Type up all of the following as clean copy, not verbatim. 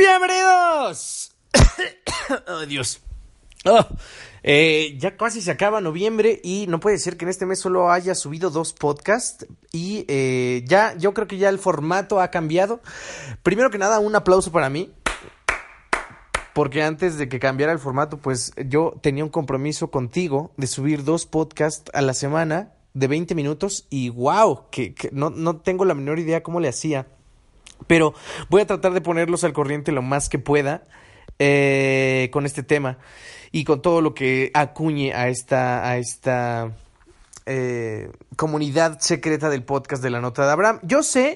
¡Bienvenidos! ¡Oh, Dios! Ya casi se acaba noviembre y no puede ser que en este mes solo haya subido 2 podcasts y yo creo que ya el formato ha cambiado. Primero que nada, un aplauso para mí, porque antes de que cambiara el formato, pues yo tenía un compromiso contigo de subir 2 podcasts a la semana de 20 minutos y wow, que no tengo la menor idea cómo le hacía. Pero voy a tratar de ponerlos al corriente lo más que pueda con este tema y con todo lo que acuñe a esta comunidad secreta del podcast de La Nota de Abraham. Yo sé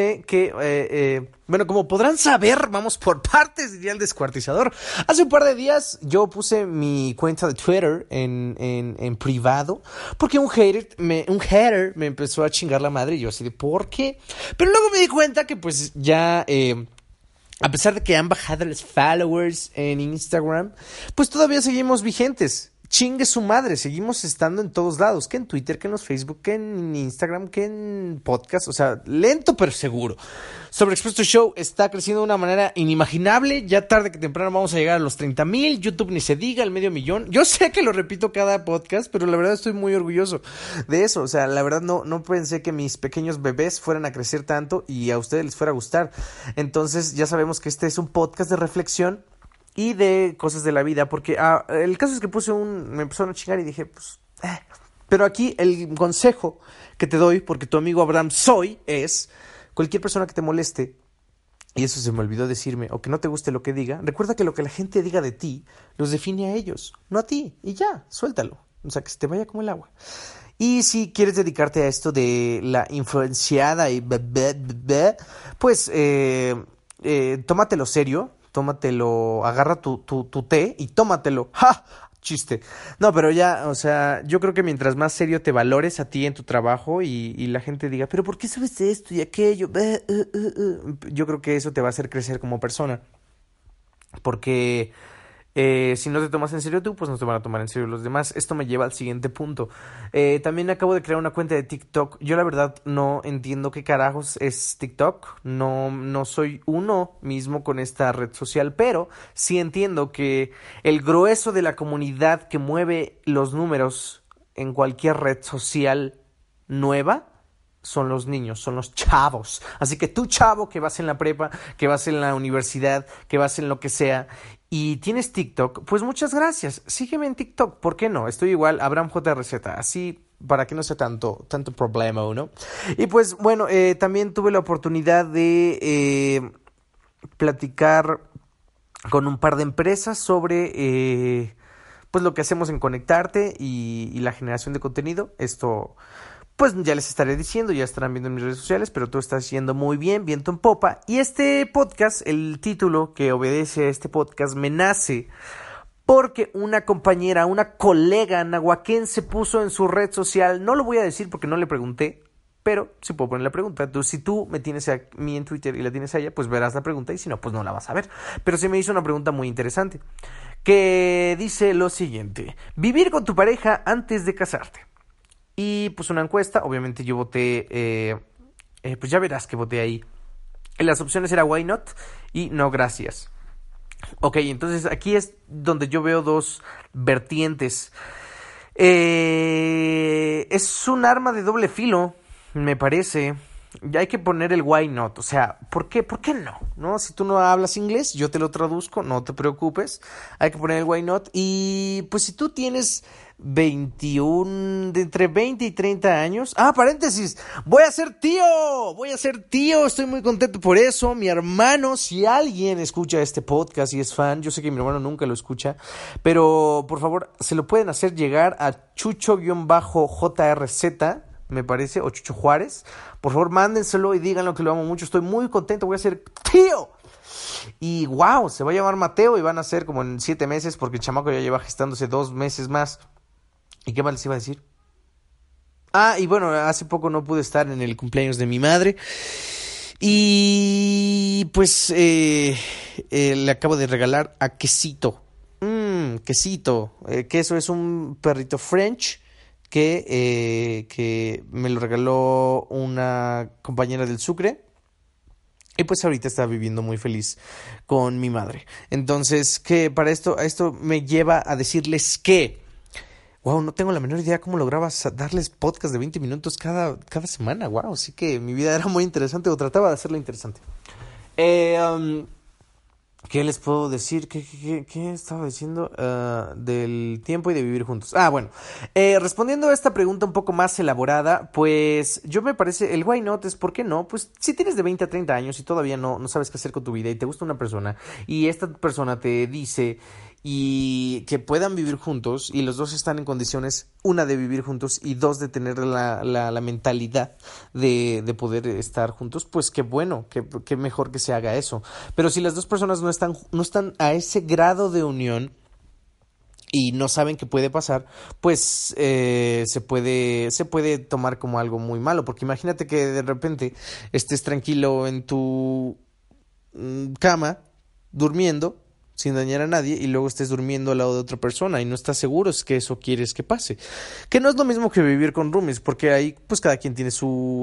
que, bueno, como podrán saber, vamos por partes, diría el descuartizador. Hace un par de días yo puse mi cuenta de Twitter en privado porque un hater me empezó a chingar la madre y yo así de ¿por qué? Pero luego me di cuenta que pues ya... a pesar de que han bajado los followers en Instagram, pues todavía seguimos vigentes. Chingue su madre, seguimos estando en todos lados, que en Twitter, que en los Facebook, que en Instagram, que en podcast, o sea, lento pero seguro. Sobreexpuesto Show está creciendo de una manera inimaginable, ya tarde que temprano vamos a llegar a los 30,000, YouTube ni se diga, el 500,000. Yo sé que lo repito cada podcast, pero la verdad estoy muy orgulloso de eso, o sea, la verdad no pensé que mis pequeños bebés fueran a crecer tanto y a ustedes les fuera a gustar. Entonces ya sabemos que este es un podcast de reflexión y de cosas de la vida, porque el caso es que me empezaron a chingar y dije, pues, Pero aquí el consejo que te doy, porque tu amigo Abraham soy, es cualquier persona que te moleste, y eso se me olvidó decirme, o que no te guste lo que diga, recuerda que lo que la gente diga de ti, los define a ellos, no a ti, y ya, suéltalo, o sea, que se te vaya como el agua. Y si quieres dedicarte a esto de la influenciada y pues tómatelo serio. Tómatelo, agarra tu té y tómatelo. ¡Ja! Chiste. No, pero ya, o sea, yo creo que mientras más serio te valores a ti en tu trabajo y la gente diga, pero ¿por qué sabes esto y aquello? Yo creo que eso te va a hacer crecer como persona. Porque si no te tomas en serio tú, pues no te van a tomar en serio los demás. Esto me lleva al siguiente punto. También acabo de crear una cuenta de TikTok. Yo la verdad no entiendo qué carajos es TikTok. No soy uno mismo con esta red social, pero sí entiendo que el grueso de la comunidad que mueve los números en cualquier red social nueva son los niños, son los chavos. Así que tú, chavo, que vas en la prepa, que vas en la universidad, que vas en lo que sea y tienes TikTok, pues muchas gracias. Sígueme en TikTok, ¿por qué no? Estoy igual, Abraham JRZ, así para que no sea tanto problema, ¿no? Y pues bueno, también tuve la oportunidad de platicar con un par de empresas sobre pues lo que hacemos en Conectarte y la generación de contenido. Esto pues ya les estaré diciendo, ya estarán viendo en mis redes sociales, pero tú estás yendo muy bien, viento en popa. Y este podcast, el título que obedece a este podcast, me nace porque una compañera, una colega nahuaquense puso en su red social, no lo voy a decir porque no le pregunté, pero sí puedo poner la pregunta. Entonces, si tú me tienes a mí en Twitter y la tienes a ella, pues verás la pregunta y si no, pues no la vas a ver. Pero sí me hizo una pregunta muy interesante, que dice lo siguiente: vivir con tu pareja antes de casarte. Y pues una encuesta, obviamente yo voté, pues ya verás que voté ahí. Las opciones era why not y no gracias. Ok, entonces aquí es donde yo veo 2 vertientes. Es un arma de doble filo, me parece. Ya hay que poner el why not, o sea, ¿por qué no? ¿No? Si tú no hablas inglés, yo te lo traduzco, no te preocupes. Hay que poner el why not. Y pues si tú tienes 21, de entre 20 y 30 años. Paréntesis, voy a ser tío, estoy muy contento por eso. Mi hermano, si alguien escucha este podcast y es fan, yo sé que mi hermano nunca lo escucha, pero por favor, se lo pueden hacer llegar a Chucho-JRZ, me parece, o Chucho Juárez. Por favor, mándenselo y díganlo que lo amo mucho. Estoy muy contento, voy a ser tío. Y wow, se va a llamar Mateo y van a ser como en 7 meses porque el chamaco ya lleva gestándose 2 meses más. ¿Y qué más les iba a decir? Y bueno, hace poco no pude estar en el cumpleaños de mi madre. Y pues le acabo de regalar a Quesito. Quesito. Queso es un perrito French que me lo regaló una compañera del Sucre. Y pues ahorita está viviendo muy feliz con mi madre. Entonces, que para esto me lleva a decirles que, wow, no tengo la menor idea cómo lograbas darles podcast de 20 minutos cada semana. Wow, sí que mi vida era muy interesante, o trataba de hacerla interesante. ¿Qué les puedo decir? ¿Qué estaba diciendo? Del tiempo y de vivir juntos. Bueno. Respondiendo a esta pregunta un poco más elaborada, pues yo me parece, el why not es ¿por qué no? Pues si tienes de 20 a 30 años y todavía no sabes qué hacer con tu vida y te gusta una persona y esta persona te dice y que puedan vivir juntos y los dos están en condiciones, una, de vivir juntos y dos, de tener la mentalidad de poder estar juntos, pues qué bueno, qué mejor que se haga eso. Pero si las dos personas no están a ese grado de unión y no saben qué puede pasar, pues se puede tomar como algo muy malo, porque imagínate que de repente estés tranquilo en tu cama, durmiendo, sin dañar a nadie, y luego estés durmiendo al lado de otra persona y no estás seguro es que eso quieres que pase. Que no es lo mismo que vivir con roomies, porque ahí pues cada quien tiene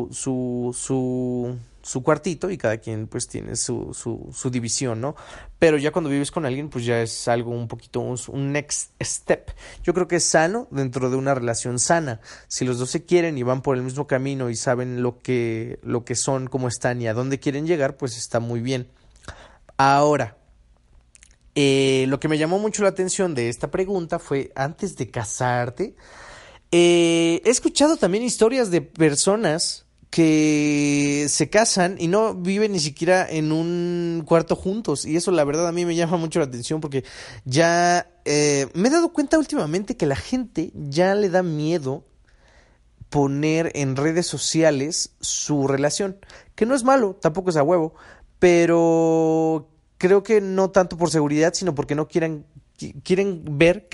su cuartito y cada quien pues tiene su división, ¿no? Pero ya cuando vives con alguien pues ya es algo un poquito, un next step. Yo creo que es sano dentro de una relación sana. Si los dos se quieren y van por el mismo camino y saben lo que son, cómo están y a dónde quieren llegar, pues está muy bien. Ahora, lo que me llamó mucho la atención de esta pregunta fue, antes de casarte, he escuchado también historias de personas que se casan y no viven ni siquiera en un cuarto juntos, y eso la verdad a mí me llama mucho la atención, porque ya me he dado cuenta últimamente que la gente ya le da miedo poner en redes sociales su relación, que no es malo, tampoco es a huevo, pero creo que no tanto por seguridad, sino porque no quieren ver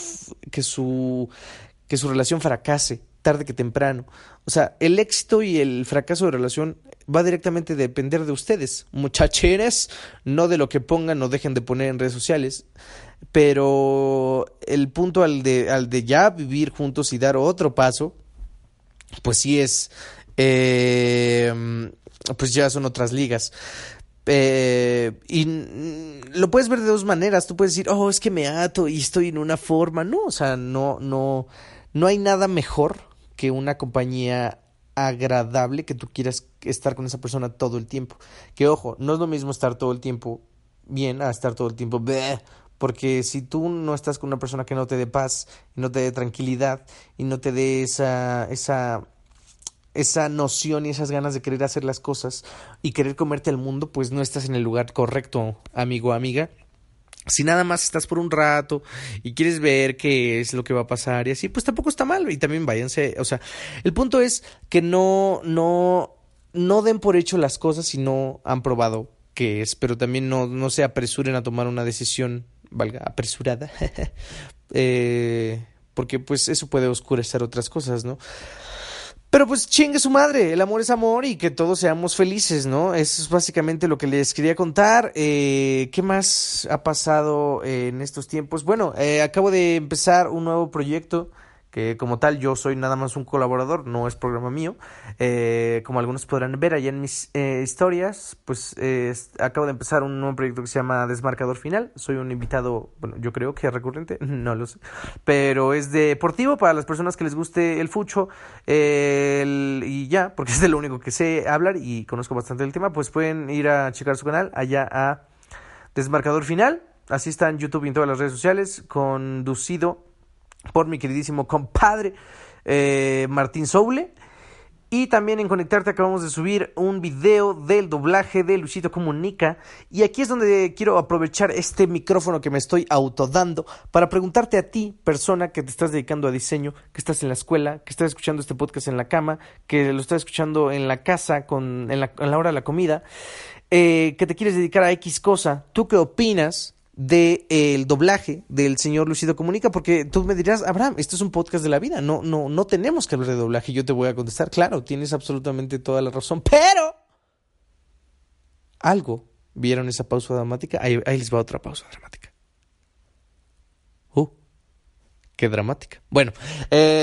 que su relación fracase tarde que temprano. O sea, el éxito y el fracaso de relación va directamente a depender de ustedes, muchacheres, no de lo que pongan o dejen de poner en redes sociales. Pero el punto al de ya vivir juntos y dar otro paso, pues sí es, pues ya son otras ligas. Lo puedes ver de dos maneras. Tú puedes decir, oh, es que me ato y estoy en una forma. No, o sea, no hay nada mejor que una compañía agradable, que tú quieras estar con esa persona todo el tiempo. Que ojo, no es lo mismo estar todo el tiempo bien a estar todo el tiempo bleh, porque si tú no estás con una persona que no te dé paz, y no te dé tranquilidad y no te dé esa noción y esas ganas de querer hacer las cosas y querer comerte al mundo, pues no estás en el lugar correcto, amigo o amiga. Si nada más estás por un rato y quieres ver qué es lo que va a pasar y así, pues tampoco está mal. Y también váyanse, o sea, el punto es que no den por hecho las cosas si no han probado qué es, pero también no se apresuren a tomar una decisión, valga, apresurada, porque pues eso puede oscurecer otras cosas, ¿no? Pero pues chingue su madre, el amor es amor y que todos seamos felices, ¿no? Eso es básicamente lo que les quería contar. ¿Qué más ha pasado en estos tiempos? Bueno, acabo de empezar un nuevo proyecto que como tal yo soy nada más un colaborador, no es programa mío. Como algunos podrán ver allá en mis historias, pues acabo de empezar un nuevo proyecto que se llama Desmarcador Final. Soy un invitado, bueno, yo creo que es recurrente, no lo sé, pero es deportivo para las personas que les guste el fucho, y ya, porque es de lo único que sé hablar y conozco bastante del tema. Pues pueden ir a checar su canal allá a Desmarcador Final. Así está en YouTube y en todas las redes sociales, conducido por mi queridísimo compadre Martín Soule. Y también en Conectarte acabamos de subir un video del doblaje de Luisito Comunica. Y aquí es donde quiero aprovechar este micrófono que me estoy autodando para preguntarte a ti, persona que te estás dedicando a diseño, que estás en la escuela, que estás escuchando este podcast en la cama, que lo estás escuchando en la casa en la hora de la comida, que te quieres dedicar a X cosa. ¿Tú qué opinas del doblaje del señor Luisito Comunica? Porque tú me dirás, Abraham, esto es un podcast de la vida, no tenemos que hablar de doblaje. Y yo te voy a contestar, claro, tienes absolutamente toda la razón, pero algo, ¿vieron esa pausa dramática? Ahí les va otra pausa dramática. Qué dramática. Bueno,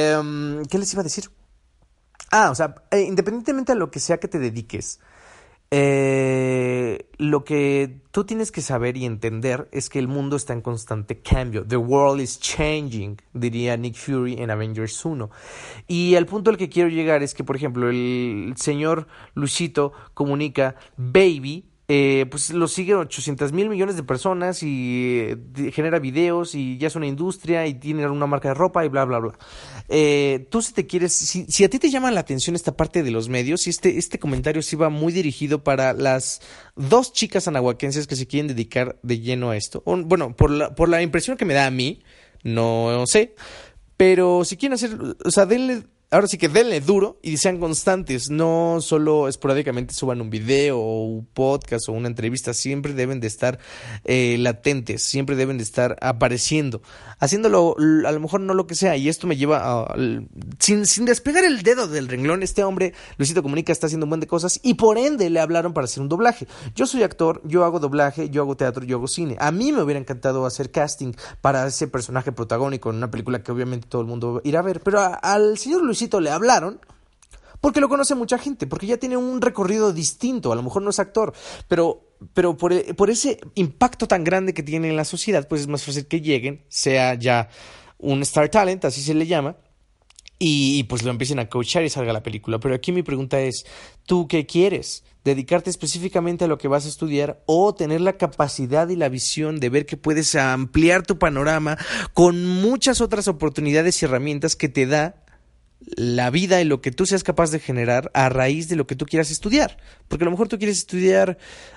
¿qué les iba a decir? O sea, independientemente de lo que sea que te dediques, Lo que tú tienes que saber y entender es que el mundo está en constante cambio. The world is changing, diría Nick Fury en Avengers 1. Y al punto al que quiero llegar es que, por ejemplo, el señor Luisito Comunica, Baby, pues lo siguen 800 mil millones de personas y genera videos y ya es una industria y tiene una marca de ropa y bla, bla, bla. Tú si te quieres, si a ti te llama la atención esta parte de los medios, y este comentario sí va muy dirigido para las dos chicas anahuaquenses que se quieren dedicar de lleno a esto. Bueno, por la impresión que me da a mí, no sé, pero si quieren hacer, o sea, ahora sí que denle duro y sean constantes, no solo esporádicamente suban un video o un podcast o una entrevista, siempre deben de estar latentes, siempre deben de estar apareciendo, haciéndolo a lo mejor no lo que sea, y esto me lleva sin despegar el dedo del renglón, este hombre, Luisito Comunica, está haciendo un buen de cosas y por ende le hablaron para hacer un doblaje. Yo soy actor, yo hago doblaje, yo hago teatro, yo hago cine. A mí me hubiera encantado hacer casting para ese personaje protagónico en una película que obviamente todo el mundo irá a ver, pero al señor Luisito le hablaron porque lo conoce mucha gente, porque ya tiene un recorrido distinto, a lo mejor no es actor, pero por ese impacto tan grande que tiene en la sociedad, pues es más fácil que lleguen, sea ya un star talent, así se le llama, y pues lo empiecen a coachar y salga la película. Pero aquí mi pregunta es, ¿tú qué quieres? ¿Dedicarte específicamente a lo que vas a estudiar o tener la capacidad y la visión de ver que puedes ampliar tu panorama con muchas otras oportunidades y herramientas que te da la vida y lo que tú seas capaz de generar a raíz de lo que tú quieras estudiar? Porque a lo mejor tú quieres estudiar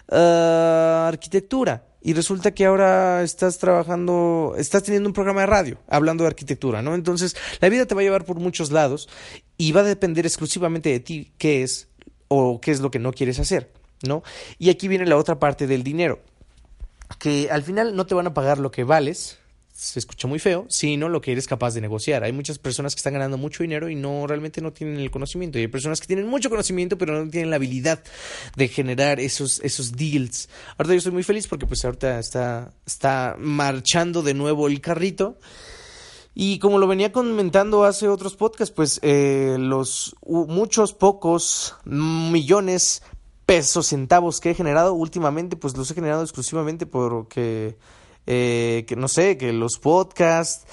arquitectura y resulta que ahora estás teniendo un programa de radio hablando de arquitectura, ¿no? Entonces la vida te va a llevar por muchos lados y va a depender exclusivamente de ti qué es o qué es lo que no quieres hacer, ¿no? Y aquí viene la otra parte del dinero, que al final no te van a pagar lo que vales, se escucha muy feo, sino lo que eres capaz de negociar. Hay muchas personas que están ganando mucho dinero y realmente no tienen el conocimiento. Y hay personas que tienen mucho conocimiento pero no tienen la habilidad de generar esos deals. Ahorita yo estoy muy feliz porque pues ahorita está marchando de nuevo el carrito. Y como lo venía comentando hace otros podcasts, pues muchos pocos millones pesos, centavos que he generado últimamente, pues los he generado exclusivamente porque que no sé, que los podcasts,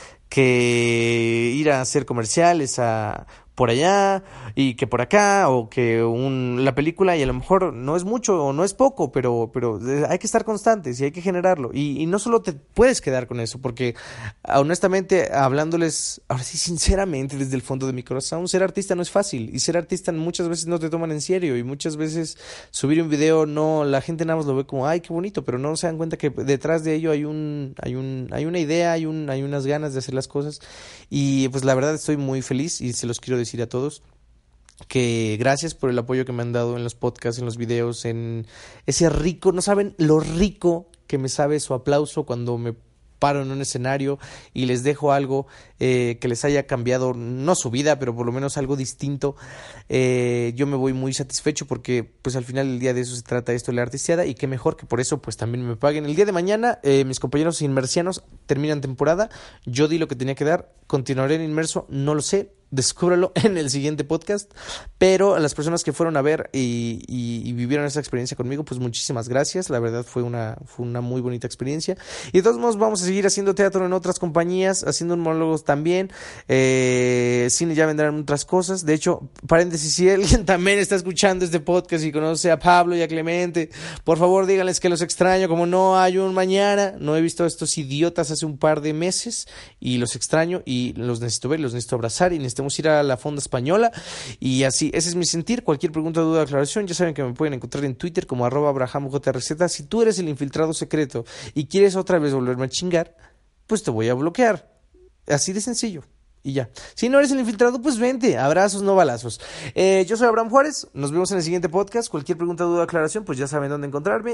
que ir a hacer comerciales por allá y que por acá, o que la película, y a lo mejor no es mucho o no es poco, pero hay que estar constantes y hay que generarlo, y no solo te puedes quedar con eso, porque honestamente, hablándoles ahora sí sinceramente desde el fondo de mi corazón, ser artista no es fácil, y ser artista muchas veces no te toman en serio, y muchas veces subir un video, la gente nada más lo ve como ay qué bonito, pero no se dan cuenta que detrás de ello hay una idea, hay unas ganas de hacer las cosas. Y pues la verdad estoy muy feliz y se los quiero decir a todos que gracias por el apoyo que me han dado en los podcasts, en los videos, en ese rico, no saben lo rico que me sabe su aplauso cuando me paro en un escenario y les dejo algo que les haya cambiado, no su vida, pero por lo menos algo distinto. Yo me voy muy satisfecho porque pues al final del día de eso se trata esto, la artisteada, y qué mejor que por eso pues también me paguen. El día de mañana mis compañeros inmersianos terminan temporada, yo di lo que tenía que dar, continuaré en inmerso, no lo sé, descúbrelo en el siguiente podcast, pero a las personas que fueron a ver y vivieron esa experiencia conmigo, pues muchísimas gracias, la verdad fue una muy bonita experiencia, y de todos modos vamos a seguir haciendo teatro en otras compañías, haciendo monólogos también, cine ya vendrán otras cosas. De hecho, paréntesis, si alguien también está escuchando este podcast y conoce a Pablo y a Clemente, por favor díganles que los extraño, como no hay un mañana, no he visto a estos idiotas hace un par de meses y los extraño y los necesito ver, los necesito abrazar y necesitamos ir a la Fonda Española, y así, ese es mi sentir. Cualquier pregunta, duda, aclaración, ya saben que me pueden encontrar en Twitter como @abrahamjrz. Si tú eres el infiltrado secreto y quieres otra vez volverme a chingar, pues te voy a bloquear, así de sencillo. Y ya. Si no eres el infiltrado, pues vente. Abrazos, no balazos. Yo soy Abraham Juárez. Nos vemos en el siguiente podcast. Cualquier pregunta, duda, aclaración, pues ya saben dónde encontrarme.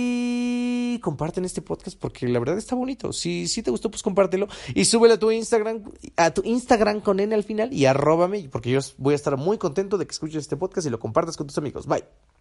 Y comparten este podcast porque la verdad está bonito. Si te gustó, pues compártelo. Y súbelo a tu Instagram con N al final. Y arróbame, porque yo voy a estar muy contento de que escuches este podcast y lo compartas con tus amigos. Bye.